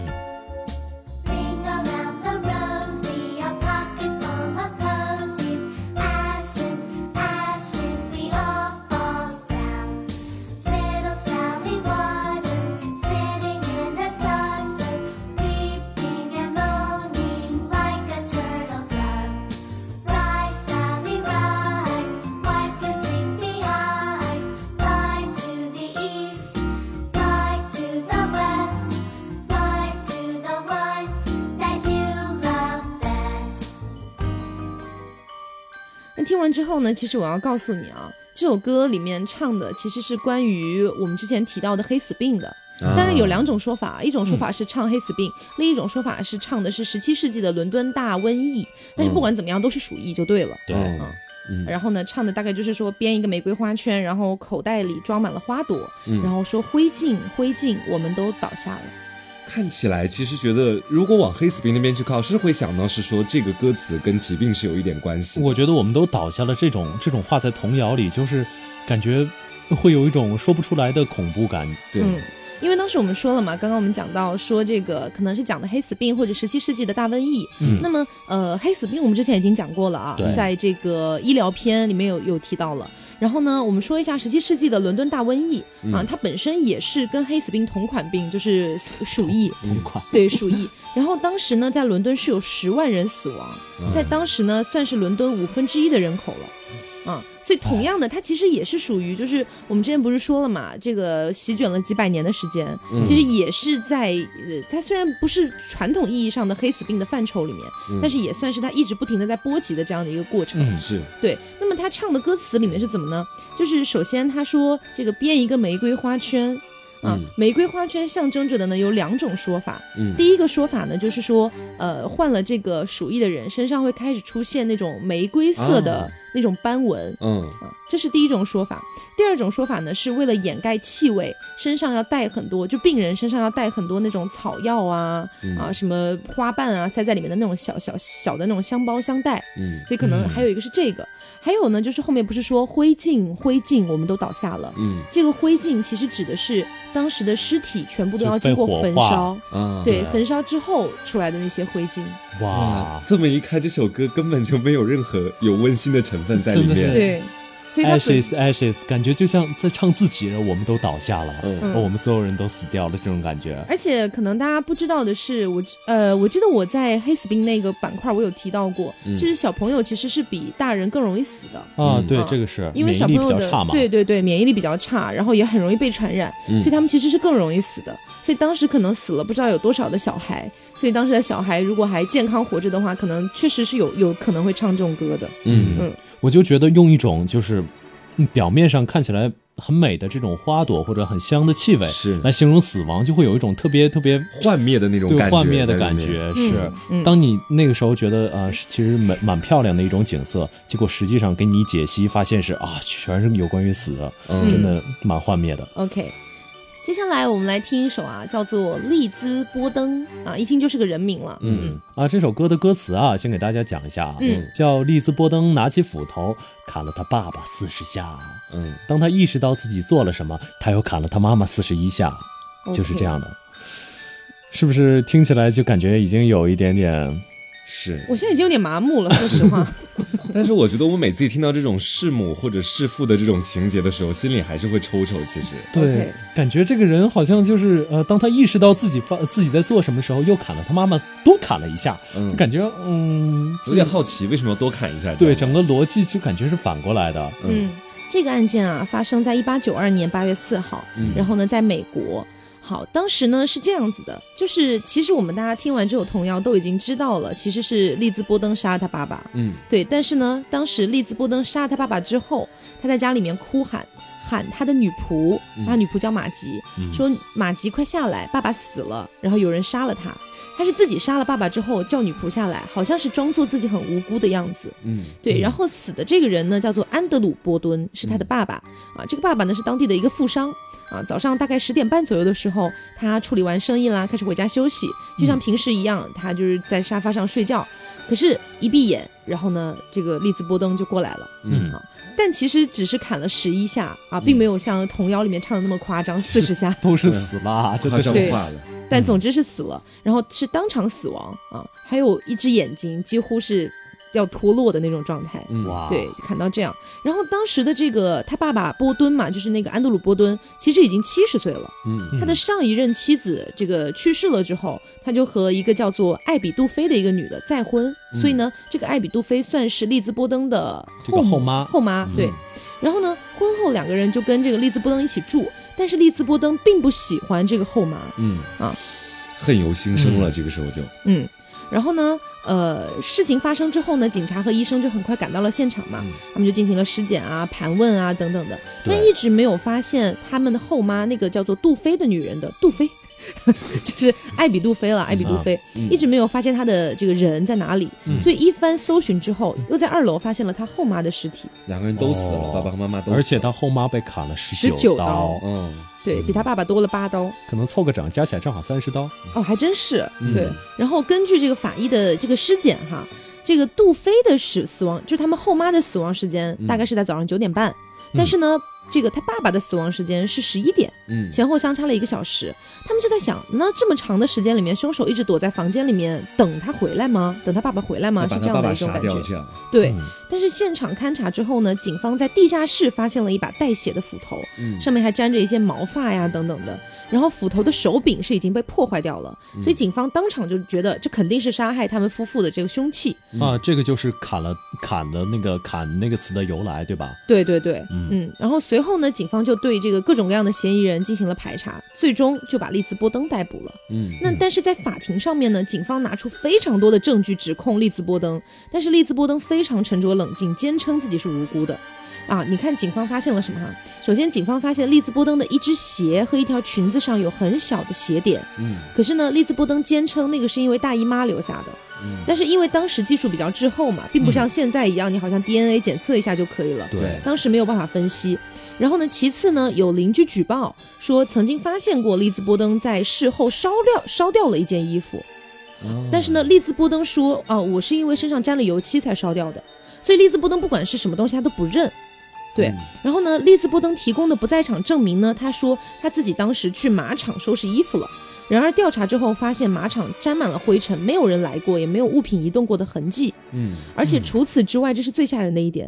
Speaker 3: 听完之后呢，其实我要告诉你啊，这首歌里面唱的其实是关于我们之前提到的黑死病的。当然有两种说法，一种说法是唱黑死病，嗯、另一种说法是唱的是十七世纪的伦敦大瘟疫。但是不管怎么样，都是鼠疫就对了。
Speaker 1: 对，
Speaker 3: 嗯嗯、然后呢，唱的大概就是说编一个玫瑰花圈，然后口袋里装满了花朵，嗯、然后说灰烬灰烬，我们都倒下了。
Speaker 2: 看起来其实觉得如果往黑死病那边去靠，是会想到是说这个歌词跟疾病是有一点关系。
Speaker 1: 我觉得我们都倒下了，这种这种话在童谣里就是感觉会有一种说不出来的恐怖感。
Speaker 2: 对、
Speaker 3: 嗯，因为当时我们说了嘛，刚刚我们讲到说这个可能是讲的黑死病或者十七世纪的大瘟疫。嗯，那么呃黑死病我们之前已经讲过了啊，在这个医疗篇里面有有提到了。然后呢，我们说一下十七世纪的伦敦大瘟疫、嗯、啊，它本身也是跟黑死病同款病，就是鼠疫。
Speaker 1: 同款。
Speaker 3: 对，鼠疫。然后当时呢，在伦敦是有十万人死亡，嗯、在当时呢，算是伦敦五分之一的人口了。啊、嗯，所以同样的，它其实也是属于，就是我们之前不是说了嘛，这个席卷了几百年的时间，嗯、其实也是在，呃，它虽然不是传统意义上的黑死病的范畴里面，嗯、但是也算是它一直不停的在波及的这样的一个过程。
Speaker 2: 嗯，是
Speaker 3: 对。那么他唱的歌词里面是怎么呢？就是首先他说这个编一个玫瑰花圈。啊，玫瑰花圈象征着的呢有两种说法。嗯，第一个说法呢就是说，呃，患了这个鼠疫的人身上会开始出现那种玫瑰色的那种斑纹。嗯、啊，这是第一种说法。第二种说法呢是为了掩盖气味，身上要带很多，就病人身上要带很多那种草药啊、嗯、啊什么花瓣啊塞在里面的那种小小小的那种香包香袋。嗯，所以可能还有一个是这个。还有呢，就是后面不是说灰烬灰烬我们都倒下了。嗯，这个灰烬其实指的是当时的尸体全部都要经过焚烧，啊、对，焚烧之后出来的那些灰烬。
Speaker 2: 哇，这么一看，这首歌根本就没有任何有温馨的成分在里面。
Speaker 3: 对， 所以他
Speaker 1: ashes ashes 感觉就像在唱自己人，我们都倒下了，
Speaker 2: 嗯
Speaker 1: 我们所有人都死掉了这种感觉。
Speaker 3: 而且可能大家不知道的是，我呃，我记得我在黑死病那个板块我有提到过，嗯、就是小朋友其实是比大人更容易死的
Speaker 1: 啊，对，
Speaker 3: 啊
Speaker 1: 这个是
Speaker 3: 因为小朋友的对对对免疫力比较差，然后也很容易被传染，嗯、所以他们其实是更容易死的。所以当时可能死了不知道有多少的小孩，所以当时的小孩如果还健康活着的话，可能确实是有有可能会唱这种歌的。
Speaker 1: 嗯嗯，我就觉得用一种就是表面上看起来很美的这种花朵或者很香的气味
Speaker 2: 是
Speaker 1: 来形容死亡，就会有一种特别特别
Speaker 2: 幻灭的那种感觉，
Speaker 1: 幻灭的感觉是、
Speaker 3: 嗯嗯、
Speaker 1: 当你那个时候觉得呃其实蛮蛮漂亮的一种景色，结果实际上给你解析发现是啊全是有关于死的、嗯、真的蛮幻灭的。
Speaker 3: OK，接下来我们来听一首啊，叫做《利兹波登》啊，一听就是个人名了。
Speaker 1: 嗯嗯啊，这首歌的歌词啊，先给大家讲一下啊，
Speaker 3: 嗯，
Speaker 1: 叫利兹波登拿起斧头砍了他爸爸四十下。
Speaker 2: 嗯，
Speaker 1: 当他意识到自己做了什么，他又砍了他妈妈四十一下，
Speaker 3: okay.
Speaker 1: 就是这样的。是不是听起来就感觉已经有一点点？
Speaker 2: 是，
Speaker 3: 我现在已经有点麻木了，说实话。
Speaker 2: 但是我觉得我们每次一听到这种弑母或者弑父的这种情节的时候，心里还是会抽抽。其实，
Speaker 1: 对，
Speaker 3: okay.
Speaker 1: 感觉这个人好像就是呃，当他意识到自己发自己在做什么时候，又砍了他妈妈多砍了一下，嗯、就感觉嗯，
Speaker 2: 有点好奇为什么要多砍一下。
Speaker 1: 对，整个逻辑就感觉是反过来的。
Speaker 3: 嗯，嗯这个案件啊，发生在一八九二年八月四号，嗯、然后呢，在美国。好，当时呢是这样子的，就是其实我们大家听完这首童谣都已经知道了，其实是利兹波登杀了他爸爸。
Speaker 2: 嗯，
Speaker 3: 对。但是呢，当时利兹波登杀了他爸爸之后，他在家里面哭喊，喊他的女仆，他女仆叫玛吉，嗯、说玛吉快下来，爸爸死了，然后有人杀了他。他是自己杀了爸爸之后叫女仆下来，好像是装作自己很无辜的样子。
Speaker 2: 嗯，
Speaker 3: 对。然后死的这个人呢叫做安德鲁波敦，是他的爸爸、嗯、啊。这个爸爸呢是当地的一个富商啊。早上大概十点半左右的时候，他处理完生意啦，开始回家休息，就像平时一样，他就是在沙发上睡觉。可是，一闭眼，然后呢，这个利兹波登就过来了。
Speaker 2: 嗯
Speaker 3: 啊。但其实只是砍了十一下啊，并没有像童谣里面唱的那么夸张，四十下
Speaker 1: 都是死了，真的是
Speaker 2: 对。
Speaker 3: 但总之是死了，然后是当场死亡啊，还有一只眼睛几乎是要脱落的那种状态。
Speaker 1: 哇，
Speaker 3: 对，砍到这样。然后当时的这个他爸爸波敦嘛，就是那个安德鲁波敦，其实已经七十岁了。
Speaker 2: 嗯，
Speaker 3: 他的上一任妻子这个去世了之后，他就和一个叫做艾比杜菲的一个女的再婚，嗯、所以呢，这个艾比杜菲算是利兹波登的后、
Speaker 1: 这个、后妈。
Speaker 3: 后妈对。嗯、然后呢，婚后两个人就跟这个利兹波登一起住，但是利兹波登并不喜欢这个后妈。
Speaker 2: 嗯
Speaker 3: 啊，
Speaker 2: 恨由心生了。嗯、这个时候就
Speaker 3: 嗯。然后呢，呃，事情发生之后呢，警察和医生就很快赶到了现场嘛，嗯、他们就进行了尸检啊、盘问啊等等的，但一直没有发现他们的后妈那个叫做杜菲的女人的杜菲，就是艾比杜菲了，艾比杜菲、嗯、一直没有发现她的这个人在哪里，嗯、所以一番搜寻之后，又在二楼发现了她后妈的尸体，
Speaker 2: 两个人都死了，哦、爸爸和妈妈都死了，
Speaker 1: 而且她后妈被砍了十
Speaker 3: 九
Speaker 1: 刀，
Speaker 3: 嗯。对比他爸爸多了八刀，
Speaker 1: 可能凑个整加起来正好三十刀
Speaker 3: 哦，还真是、嗯、对。然后根据这个法医的这个尸检哈，这个杜菲的死死亡就是他们后妈的死亡时间大概是在早上九点半、嗯，但是呢，这个他爸爸的死亡时间是十一点，嗯，前后相差了一个小时。他们就在想，那这么长的时间里面，凶手一直躲在房间里面等他回来吗？等他爸爸回来吗？是这样的一种感觉。对、嗯，但是现场勘查之后呢，警方在地下室发现了一把带血的斧头，嗯，上面还沾着一些毛发呀等等的。然后斧头的手柄是已经被破坏掉了，所以警方当场就觉得这肯定是杀害他们夫妇的这个凶器、
Speaker 1: 嗯、啊，这个就是砍了砍的那个砍那个词的由来，对吧？
Speaker 3: 对对对，嗯嗯。然后随后呢，警方就对这个各种各样的嫌疑人进行了排查，最终就把利兹波登逮捕了。嗯，那但是在法庭上面呢，警方拿出非常多的证据指控利兹波登，但是利兹波登非常沉着冷静，坚称自己是无辜的。啊，你看警方发现了什么哈？首先，警方发现利兹波登的一只鞋和一条裙子上有很小的血点。嗯，可是呢，利兹波登坚称那个是因为大姨妈留下的。嗯，但是因为当时技术比较滞后嘛，并不像现在一样，嗯、你好像 D N A 检测一下就可以了。
Speaker 1: 对，
Speaker 3: 当时没有办法分析。然后呢，其次呢，有邻居举报说曾经发现过利兹波登在事后烧掉烧掉了一件衣服。哦，但是呢，利兹波登说啊，我是因为身上沾了油漆才烧掉的。所以利兹波登不管是什么东西他都不认。对，然后呢，利兹波登提供的不在场证明呢，他说他自己当时去马场收拾衣服了，然而调查之后发现马场沾满了灰尘，没有人来过，也没有物品移动过的痕迹。嗯，而且除此之外，这是最吓人的一点，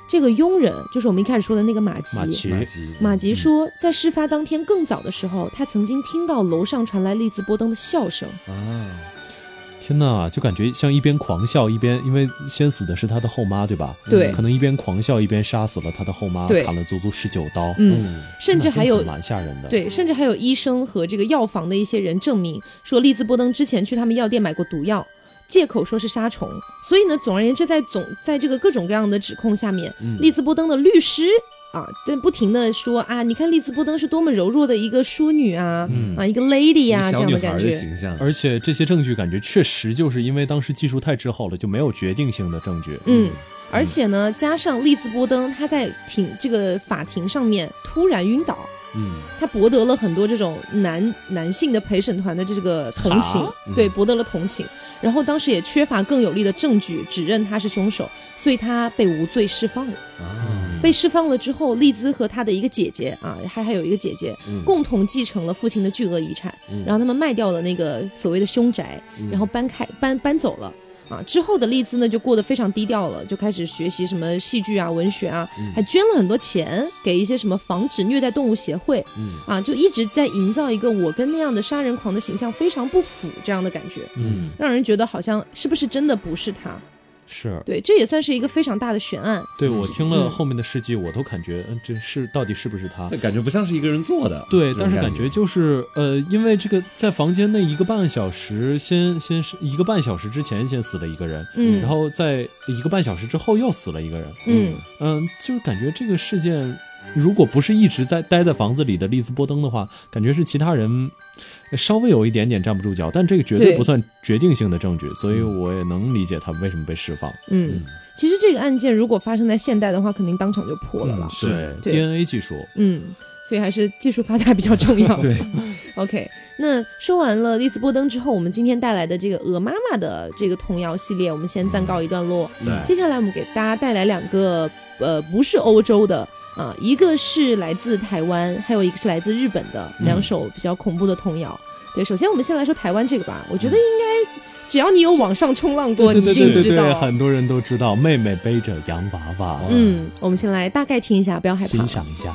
Speaker 3: 这个佣人就是我们一开始说的那个马吉，
Speaker 1: 马吉
Speaker 2: 马吉
Speaker 3: 马吉说，在事发当天更早的时候，他曾经听到楼上传来利兹波登的笑声
Speaker 2: 啊。
Speaker 1: 天哪，就感觉像一边狂笑一边，因为先死的是他的后妈，对吧？
Speaker 3: 对，
Speaker 1: 可能一边狂笑一边杀死了他的后妈，
Speaker 3: 对，
Speaker 1: 砍了足足十九刀。
Speaker 3: 嗯，甚至还有
Speaker 1: 蛮吓人的。
Speaker 3: 对，甚至还有医生和这个药房的一些人证明说，利兹波登之前去他们药店买过毒药，借口说是杀虫。所以呢，总而言之，在总在这个各种各样的指控下面，嗯、利兹波登的律师。啊，但不停的说啊，你看利兹波登是多么柔弱的一个淑女啊，嗯、啊，一个 lady 啊，这样的感觉。
Speaker 2: 形象。
Speaker 1: 而且这些证据感觉确实就是因为当时技术太滞后了，就没有决定性的证据。
Speaker 3: 嗯，而且呢，加上利兹波登他在庭这个法庭上面突然晕倒。嗯，他博得了很多这种男男性的陪审团的这个同情，对，博得了同情。然后当时也缺乏更有力的证据指认他是凶手，所以他被无罪释放了。啊，被释放了之后，利兹和他的一个姐姐啊，还还有一个姐姐，嗯、共同继承了父亲的巨额遗产，嗯、然后他们卖掉了那个所谓的凶宅，嗯、然后搬开搬搬走了。啊，之后的利兹呢就过得非常低调了，就开始学习什么戏剧啊、文学啊，嗯、还捐了很多钱给一些什么防止虐待动物协会，嗯、啊，就一直在营造一个我跟那样的杀人狂的形象非常不符这样的感觉，嗯，让人觉得好像是不是真的不是他。
Speaker 1: 是
Speaker 3: 对，这也算是一个非常大的悬案。
Speaker 1: 对，我听了后面的事迹，我都感觉，嗯，这是到底是不是他？
Speaker 2: 感觉不像是一个人做的。
Speaker 1: 对，但是感觉就是，呃，因为这个在房间内一个半小时，先先是一个半小时之前先死了一个人，嗯，然后在一个半小时之后又死了一个人，嗯嗯，就是感觉这个事件。如果不是一直在待在房子里的利兹波登的话，感觉是其他人稍微有一点点站不住脚，但这个绝对不算决定性的证据，所以我也能理解他为什么被释放。
Speaker 3: 嗯，其实这个案件如果发生在现代的话，肯定当场就破了吧？
Speaker 1: 嗯、对 ，D N A 技术，
Speaker 3: 嗯，所以还是技术发达比较重要。
Speaker 1: 对
Speaker 3: ，OK， 那说完了利兹波登之后，我们今天带来的这个鹅妈妈的这个童谣系列，我们先暂告一段落。
Speaker 1: 对、嗯，
Speaker 3: 接下来我们给大家带来两个呃不是欧洲的。啊，一个是来自台湾，还有一个是来自日本的两首比较恐怖的童谣。嗯、对，首先我们先来说台湾这个吧，我觉得应该只要你有网上冲浪过，
Speaker 1: 对对对对对
Speaker 3: 你一定知道，
Speaker 1: 对对，很多人都知道妹妹背着洋娃娃。
Speaker 3: 嗯，我们先来大概听一下，不要害怕，
Speaker 1: 欣赏一下。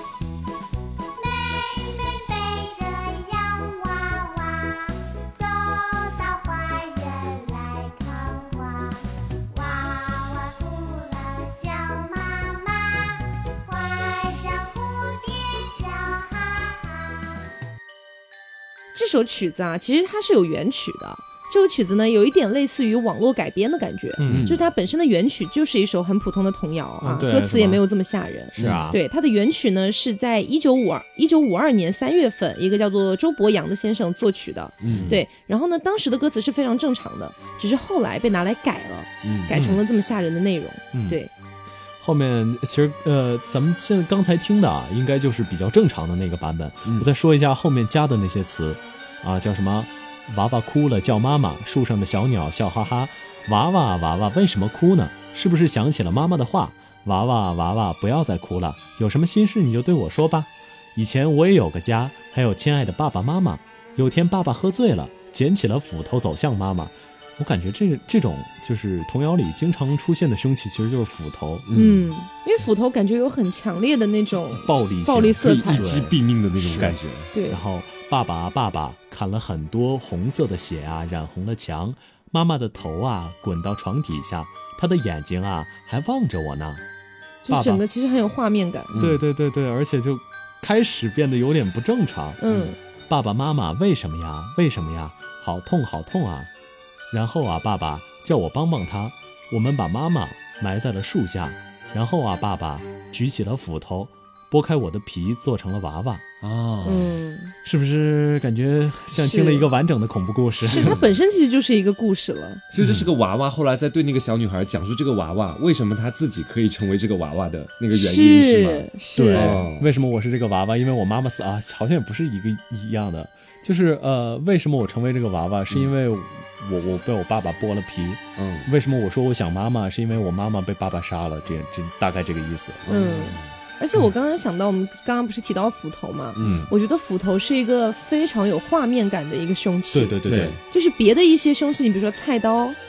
Speaker 3: 这首曲子啊，其实它是有原曲的。这首曲子呢，有一点类似于网络改编的感觉，嗯，就是它本身的原曲就是一首很普通的童谣啊，
Speaker 1: 嗯、
Speaker 3: 歌词也没有这么吓人。
Speaker 1: 是啊，
Speaker 3: 对，它的原曲呢是在一九五二一九五二年三月份，一个叫做周伯阳的先生作曲的，嗯，对。然后呢，当时的歌词是非常正常的，只是后来被拿来改了，嗯，改成了这么吓人的内容，嗯，对。
Speaker 1: 后面其实呃，咱们现在刚才听的啊，应该就是比较正常的那个版本。嗯、我再说一下后面加的那些词，啊，叫什么？娃娃哭了叫妈妈，树上的小鸟笑哈哈。娃娃娃娃为什么哭呢？是不是想起了妈妈的话？娃娃娃娃不要再哭了，有什么心事你就对我说吧。以前我也有个家，还有亲爱的爸爸妈妈。有天爸爸喝醉了，捡起了斧头走向妈妈。我感觉这这种就是童谣里经常出现的凶器，其实就是斧头。
Speaker 3: 嗯，因为斧头感觉有很强烈的那种
Speaker 1: 暴力
Speaker 3: 暴力色彩，
Speaker 2: 一击毙命的那种感觉。
Speaker 3: 对。
Speaker 1: 然后爸爸爸爸砍了很多红色的血啊，染红了墙。妈妈的头啊滚到床底下，她的眼睛啊还望着我呢。
Speaker 3: 就整个其实很有画面感。
Speaker 1: 嗯、对对对对，而且就开始变得有点不正常。
Speaker 3: 嗯，
Speaker 1: 爸爸妈妈为什么呀？为什么呀？好痛好痛啊！然后啊，爸爸叫我帮帮他，我们把妈妈埋在了树下。然后啊，爸爸举起了斧头，剥开我的皮，做成了娃娃。
Speaker 2: 哦，
Speaker 3: 嗯，
Speaker 1: 是不是感觉像听了一个完整的恐怖故事？
Speaker 3: 是，它本身其实就是一个故事了。
Speaker 2: 其实这是个娃娃，后来在对那个小女孩讲述这个娃娃为什么她自己可以成为这个娃娃的那个原因，是吗？
Speaker 3: 是，
Speaker 1: 对、
Speaker 2: 哦，
Speaker 1: 为什么我是这个娃娃？因为我妈妈死啊，好像也不是一个一样的。就是呃，为什么我成为这个娃娃？是因为我、嗯、我被我爸爸剥了皮。嗯，为什么我说我想妈妈？是因为我妈妈被爸爸杀了。这这大概这个意思。
Speaker 3: 嗯。而且我刚刚想到，我们刚刚不是提到斧头嘛？嗯，我觉得斧头是一个非常有画面感的一个凶器。
Speaker 1: 对对对对，
Speaker 3: 就是别的一些凶器，你比如说菜刀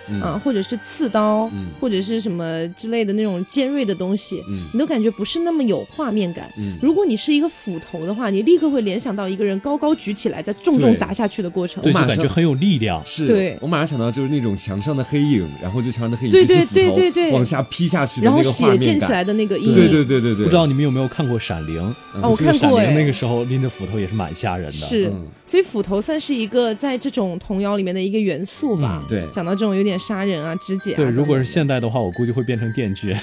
Speaker 3: 嗯、啊，或者是刺刀、嗯，或者是什么之类的那种尖锐的东西，嗯，你都感觉不是那么有画面感。嗯，如果你是一个斧头的话，你立刻会联想到一个人高高举起来再重重砸下去的过程，
Speaker 1: 对，就感觉很有力量。
Speaker 2: 是，
Speaker 3: 对，
Speaker 2: 我马上想到就是那种墙上的黑影，然后就墙上的黑影对对对对对往下劈下去的那个画面感，
Speaker 3: 然后血溅起来的那个阴影。
Speaker 2: 对对对对对，
Speaker 1: 不知道你们有没有看过《闪灵》？
Speaker 3: 啊，我看过。
Speaker 1: 那个时候拎着斧头也是蛮吓人的。
Speaker 3: 是、嗯，所以斧头算是一个在这种童谣里面的一个元素吧。
Speaker 2: 嗯、对，
Speaker 3: 讲到这种有点杀人啊、肢解啊。
Speaker 1: 对，如果是现代的话，我估计会变成电锯。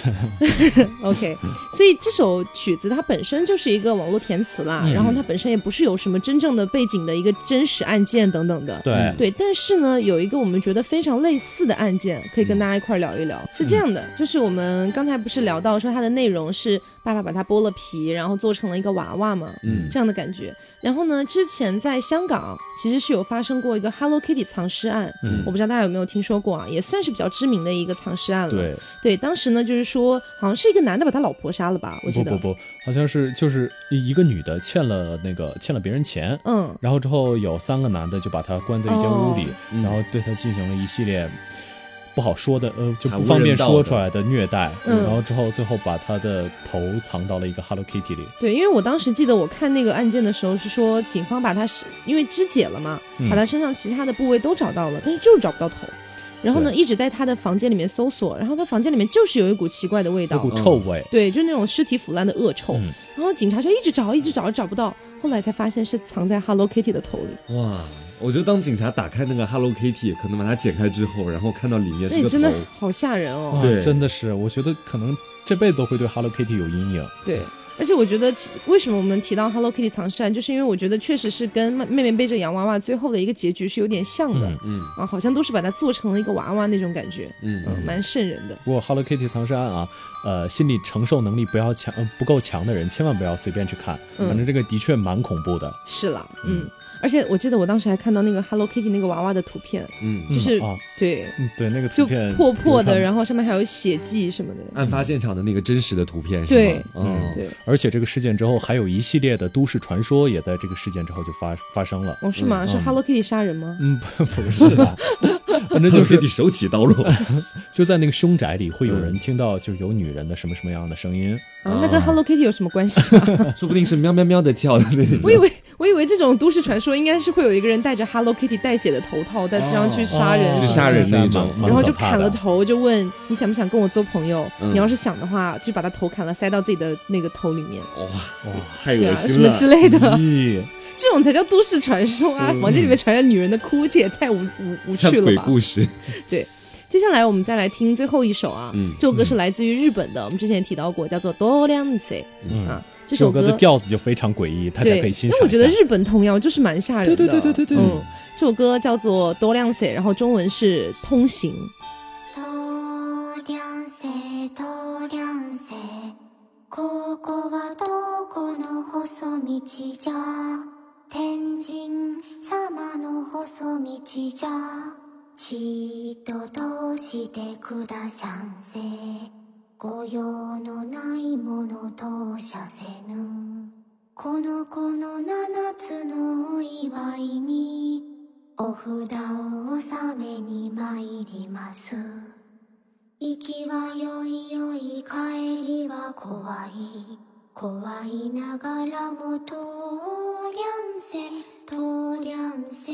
Speaker 3: OK， 所以这首曲子它本身就是一个网络填词啦、嗯，然后它本身也不是有什么真正的背景的一个真实案件等等的。
Speaker 1: 对
Speaker 3: 对，但是呢，有一个我们觉得非常类似的案件，可以跟大家一块聊一聊。嗯、是这样的，就是我们刚才不是聊到说它的内容是爸爸把它剥了皮，然后做成了一个娃娃嘛，嗯，这样的感觉。然后呢，之前在香港其实是有发生过一个 Hello Kitty 藏尸案，嗯，我不知道大家有没有听说过啊，也算是比较知名的一个藏尸案了。
Speaker 1: 对
Speaker 3: 对，当时呢就是说，好像是一个男的把他老婆杀了吧，我记得。
Speaker 1: 不不不，好像是就是一个女的欠了那个欠了别人钱，
Speaker 3: 嗯，
Speaker 1: 然后之后有三个男的就把他关在一间屋里，哦、然后对他进行了一系列不好说的，呃，就不方便说出来的虐待，嗯，然后之后最后把他的头藏到了一个 Hello Kitty 里。
Speaker 3: 对，因为我当时记得我看那个案件的时候是说，警方把他因为肢解了嘛，嗯、把他身上其他的部位都找到了，但是就是找不到头。然后呢，一直在他的房间里面搜索，然后他房间里面就是有一股奇怪的味道，
Speaker 1: 有股臭味，
Speaker 3: 嗯、对，就是那种尸体腐烂的恶臭。嗯、然后警察就一直找，一直找，找不到，后来才发现是藏在 Hello Kitty 的头里。
Speaker 2: 哇！我觉得当警察打开那个 Hello Kitty， 可能把它剪开之后，然后看到里面是个头，
Speaker 3: 真的好吓人哦。
Speaker 1: 对，真的是，我觉得可能这辈子都会对 Hello Kitty 有阴影。
Speaker 3: 对。而且我觉得为什么我们提到 Hello Kitty 藏尸案，就是因为我觉得确实是跟妹妹背着洋娃娃最后的一个结局是有点像的，嗯, 嗯啊，好像都是把它做成了一个娃娃那种感觉，嗯嗯，蛮瘆人的。
Speaker 1: 不过 Hello Kitty 藏尸案啊，呃，心理承受能力不要强、呃、不够强的人千万不要随便去看，反正这个的确蛮恐怖的。
Speaker 3: 是啦，嗯。嗯而且我记得我当时还看到那个 Hello Kitty 那个娃娃的图片，嗯，就是、嗯啊、对、
Speaker 1: 嗯、对那个图片
Speaker 3: 就破破的，然后上面还有血迹什么的，
Speaker 2: 案发现场的那个真实的图片是吗？
Speaker 3: 对，
Speaker 2: 嗯
Speaker 3: 对。
Speaker 1: 而且这个事件之后，还有一系列的都市传说也在这个事件之后就发发生了。
Speaker 3: 哦，是吗？嗯、是 Hello Kitty 杀人吗？
Speaker 1: 嗯，不不是的，反正就是
Speaker 2: 手起刀落，
Speaker 1: 就在那个凶宅里会有人听到就有女人的什么什么样的声音。
Speaker 3: 啊，那跟 Hello Kitty 有什么关系啊？
Speaker 2: 说不定是喵喵喵的叫的那种。
Speaker 3: 我以为我以为这种都市传说应该是会有一个人戴着 Hello Kitty 带血的头套，带这样去杀人，
Speaker 2: 去、哦、杀人那种，
Speaker 3: 然后就砍了头，就问你想不想跟我做朋友？嗯、你要是想的话，就把他头砍了，塞到自己的那个头里面。
Speaker 2: 哇哇，太恶心了，
Speaker 3: 啊、什么之类的。这种才叫都市传说啊！嗯、房间里面传着女人的哭，这也太无无无趣了吧？
Speaker 2: 鬼故事。
Speaker 3: 对。接下来我们再来听最后一首啊，嗯、这首歌是来自于日本的，嗯、我们之前也提到过，叫做《多良塞》啊。这首
Speaker 1: 歌的调子就非常诡异，大家可以欣赏一下。因为
Speaker 3: 我觉得日本童谣就是蛮吓人的。
Speaker 1: 对对对对对对。
Speaker 3: 嗯，这首歌叫做《多良塞》，然后中文是通行。多良塞，多良塞，ここはどこの細道じゃ？天神様の細道じゃ。ちとどしてくださんせ。ご用のないもの通させぬ。この子の七つのお祝いにお札を納めに参ります。行きはよいよい帰りは怖い。怖いながらもとりゃんせとりゃんせ。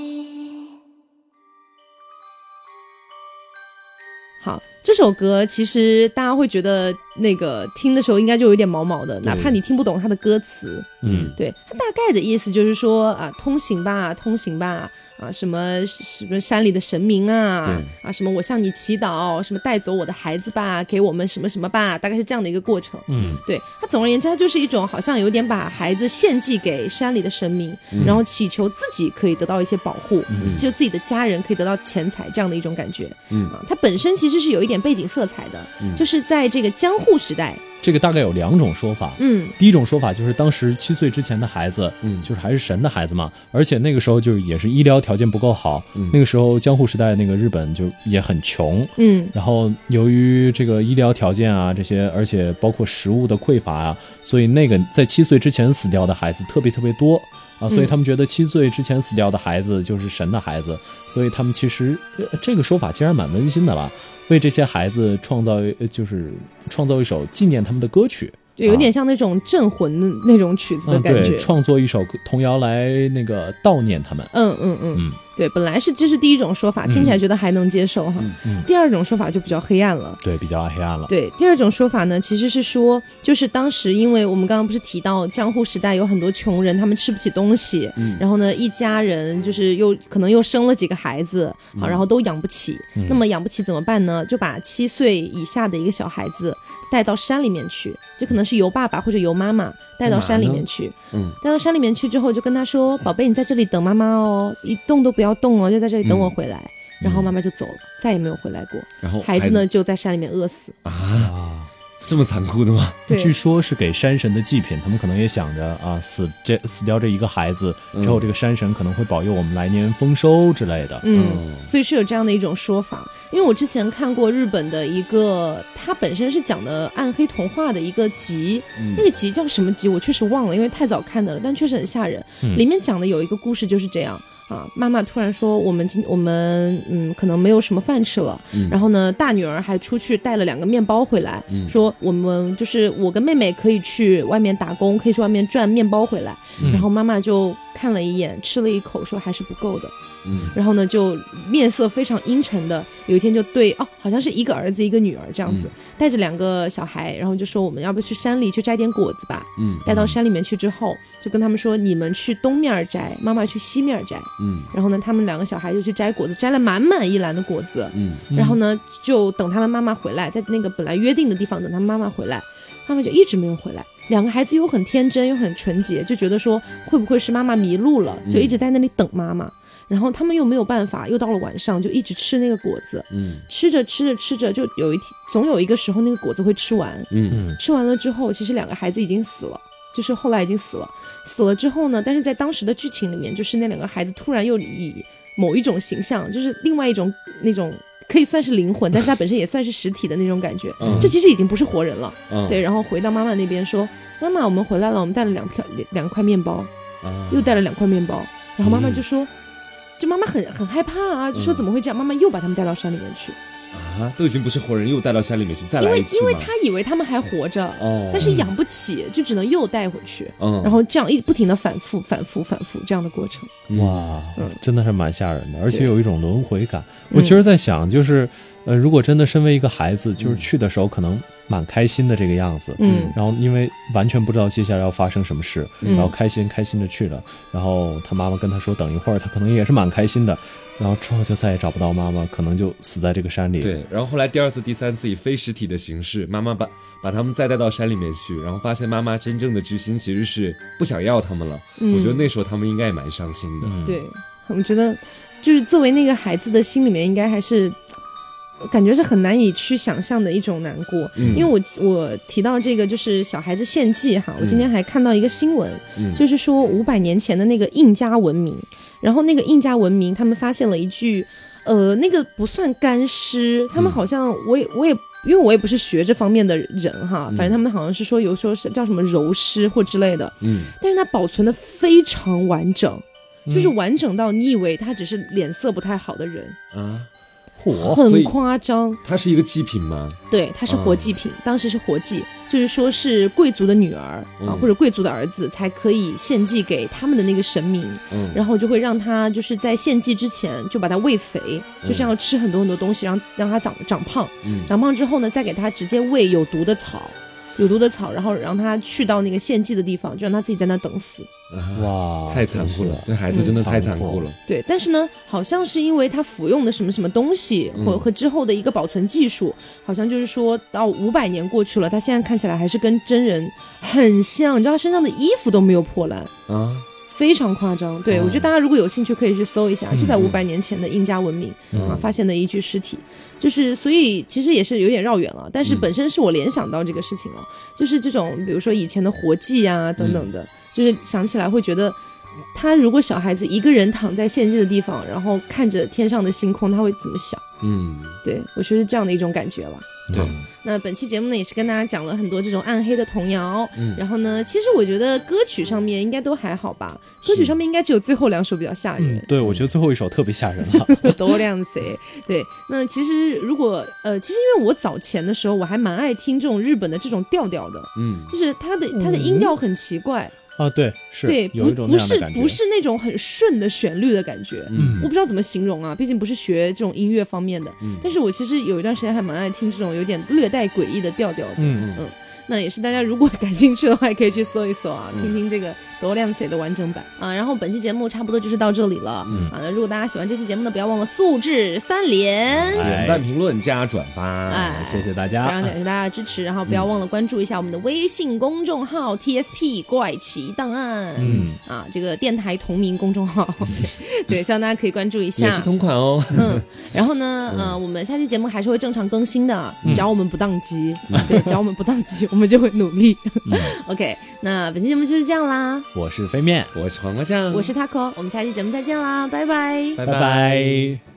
Speaker 3: 好，这首歌其实大家会觉得那个听的时候应该就有点毛毛的，哪怕你听不懂它的歌词，嗯，对，它大概的意思就是说啊，通行吧，通行吧，啊，什么什么山里的神明啊，啊，什么我向你祈祷，什么带走我的孩子吧，给我们什么什么吧，大概是这样的一个过程，嗯，对，它总而言之，它就是一种好像有点把孩子献祭给山里的神明，嗯、然后祈求自己可以得到一些保护，嗯，祈求自己的家人可以得到钱财这样的一种感觉，嗯，啊，它本身其实是有一点背景色彩的，嗯、就是在这个江户时代。
Speaker 1: 这个大概有两种说法，嗯，第一种说法就是当时七岁之前的孩子，嗯，就是还是神的孩子嘛，而且那个时候就是也是医疗条件不够好，嗯，那个时候江户时代那个日本就也很穷，嗯，然后由于这个医疗条件啊这些，而且包括食物的匮乏啊，所以那个在七岁之前死掉的孩子特别特别多。 啊，所以他们觉得七岁之前死掉的孩子就是神的孩子，所以他们其实、呃、这个说法其实还蛮温馨的了，为这些孩子创造就是创造一首纪念他们的歌曲。
Speaker 3: 就有点像那种镇魂的那种曲子的感觉，
Speaker 1: 嗯、对，创作一首童谣来那个悼念他们。
Speaker 3: 嗯嗯嗯嗯，对，本来是这是第一种说法，听起来觉得还能接受哈。嗯嗯、第二种说法就比较黑暗了，
Speaker 1: 对，比较黑暗了。
Speaker 3: 对，第二种说法呢，其实是说，就是当时因为我们刚刚不是提到江户时代有很多穷人，他们吃不起东西，嗯、然后呢，一家人就是又可能又生了几个孩子，好，然后都养不起。嗯、那么养不起怎么办呢？就把七岁以下的一个小孩子带到山里面去，就可能是由爸爸或者由妈妈带到山里面去。嗯，带到山里面去之后，就跟他说：“宝贝，你在这里等妈妈哦，一动都不要动哦，就在这里等我回来。嗯”然后妈妈就走了，再也没有回来过。然后孩子呢就在山里面饿死
Speaker 2: 啊。这么残酷的吗？
Speaker 3: 对，
Speaker 1: 据说是给山神的祭品，他们可能也想着啊，死这死掉这一个孩子之后，嗯、这个山神可能会保佑我们来年丰收之类的。
Speaker 3: 嗯，嗯所以是有这样的一种说法。因为我之前看过日本的一个，它本身是讲的暗黑童话的一个集，嗯、那个集叫什么集我确实忘了，因为太早看的了，但确实很吓人。嗯、里面讲的有一个故事就是这样。啊，妈妈突然说我们今我们嗯可能没有什么饭吃了，嗯、然后呢大女儿还出去带了两个面包回来，嗯、说我们就是我跟妹妹可以去外面打工，可以去外面赚面包回来，嗯、然后妈妈就看了一眼，吃了一口，说还是不够的。嗯，然后呢就面色非常阴沉的，有一天就对哦，好像是一个儿子一个女儿这样子，嗯、带着两个小孩，然后就说我们要不去山里去摘点果子吧。嗯，带到山里面去之后，就跟他们说你们去东面摘，妈妈去西面摘。嗯，然后呢他们两个小孩就去摘果子，摘了满满一篮的果子。嗯，然后呢就等他们妈妈回来，在那个本来约定的地方等他们妈妈回来，妈妈就一直没有回来。两个孩子又很天真又很纯洁，就觉得说会不会是妈妈迷路了，就一直在那里等妈妈。然后他们又没有办法，又到了晚上就一直吃那个果子，嗯，吃着吃着吃着，就有一天总有一个时候那个果子会吃完，嗯，吃完了之后，其实两个孩子已经死了，就是后来已经死了，死了之后呢，但是在当时的剧情里面，就是那两个孩子突然又以某一种形象，就是另外一种那种可以算是灵魂，但是它本身也算是实体的那种感觉，嗯、就其实已经不是活人了，嗯、对，然后回到妈妈那边说，妈妈，我们回来了，我们带了两票两块面包，啊、又带了两块面包，然后妈妈就说。嗯就妈妈很很害怕啊，就说怎么会这样？嗯、妈妈又把他们带到山里面去，
Speaker 2: 啊，都已经不是活人，又带到山里面去，再来一次
Speaker 3: 因为因为他以为他们还活着，哦，但是养不起，就只能又带回去，嗯，然后这样一不停的反复、反复、反复这样的过程。
Speaker 1: 哇，嗯、真的是蛮吓人的，而且有一种轮回感。我其实在想，就是呃，如果真的身为一个孩子，就是去的时候可能蛮开心的这个样子，嗯，然后因为完全不知道接下来要发生什么事，嗯、然后开心开心的去了，然后他妈妈跟他说等一会儿，他可能也是蛮开心的，然后之后就再也找不到妈妈，可能就死在这个山里。
Speaker 2: 对，然后后来第二次、第三次以非实体的形式，妈妈把把他们再带到山里面去，然后发现妈妈真正的居心其实是不想要他们了。嗯、我觉得那时候他们应该也蛮伤心的。
Speaker 3: 嗯、对，我觉得就是作为那个孩子的心里面，应该还是。感觉是很难以去想象的一种难过，嗯、因为我我提到这个就是小孩子献祭哈，我今天还看到一个新闻，嗯、就是说五百年前的那个印加文明，然后那个印加文明他们发现了一具，呃，那个不算干尸，他们好像我也我也因为我也不是学这方面的人哈，反正他们好像是说有时候是叫什么柔尸或之类的，嗯，但是它保存的非常完整，就是完整到你以为他只是脸色不太好的人啊。很夸张，
Speaker 2: 它是一个祭品吗？
Speaker 3: 对，它是活祭品，啊、当时是活祭，就是说是贵族的女儿、嗯、啊，或者贵族的儿子才可以献祭给他们的那个神明，嗯、然后就会让他就是在献祭之前就把他喂肥，嗯、就是要吃很多很多东西，让让他长长胖，嗯、长胖之后呢，再给他直接喂有毒的草。有毒的草，然后让他去到那个献祭的地方，就让他自己在那等死。
Speaker 2: 哇，太残酷了，对孩子真的太残酷了。
Speaker 3: 嗯、对，但是呢，好像是因为他服用的什么什么东西和、嗯、和之后的一个保存技术，好像就是说到五百年过去了，他现在看起来还是跟真人很像，你知道他身上的衣服都没有破烂啊。非常夸张，对、哦、我觉得大家如果有兴趣可以去搜一下，嗯、就在五百年前的印加文明、嗯、啊发现的一具尸体，就是所以其实也是有点绕远了，但是本身是我联想到这个事情了，嗯、就是这种比如说以前的活祭啊等等的，嗯、就是想起来会觉得，他如果小孩子一个人躺在献祭的地方，然后看着天上的星空，他会怎么想？嗯，对，我觉得是这样的一种感觉了。 对，那本期节目呢也是跟大家讲了很多这种暗黑的童谣，嗯，然后呢，其实我觉得歌曲上面应该都还好吧，歌曲上面应该只有最后两首比较吓人。
Speaker 1: 嗯、对，我觉得最后一首特别吓人了。
Speaker 3: 都这样子。对，那其实如果呃，其实因为我早前的时候我还蛮爱听这种日本的这种调调的，嗯，就是它的它的音调很奇怪。
Speaker 1: 啊，对，是，
Speaker 3: 对，
Speaker 1: 有一种那样的感觉，
Speaker 3: 不是不是那种很顺的旋律的感觉，嗯，我不知道怎么形容啊，毕竟不是学这种音乐方面的，嗯，但是我其实有一段时间还蛮爱听这种有点略带诡异的调调的，嗯嗯，那也是大家如果感兴趣的话，也可以去搜一搜啊，听听这个多亮水的完整版啊。然后本期节目差不多就是到这里了，嗯啊，那如果大家喜欢这期节目呢，不要忘了素质三连，
Speaker 2: 点赞、评论、加转发，
Speaker 1: 哎，谢谢大家，
Speaker 3: 非常感谢大家的支持。然后不要忘了关注一下我们的微信公众号 T S P 怪奇档案，嗯啊，这个电台同名公众号，对，希望大家可以关注一下，
Speaker 2: 也是同款哦。
Speaker 3: 嗯，然后呢，呃，我们下期节目还是会正常更新的，只要我们不宕机，对，只要我们不宕机，我们就会努力。OK， 那本期节目就是这样啦。
Speaker 1: 我是飞面，
Speaker 2: 我是黄瓜酱，
Speaker 3: 我是 Taco， 我们下期节目再见啦，拜拜，
Speaker 2: 拜拜。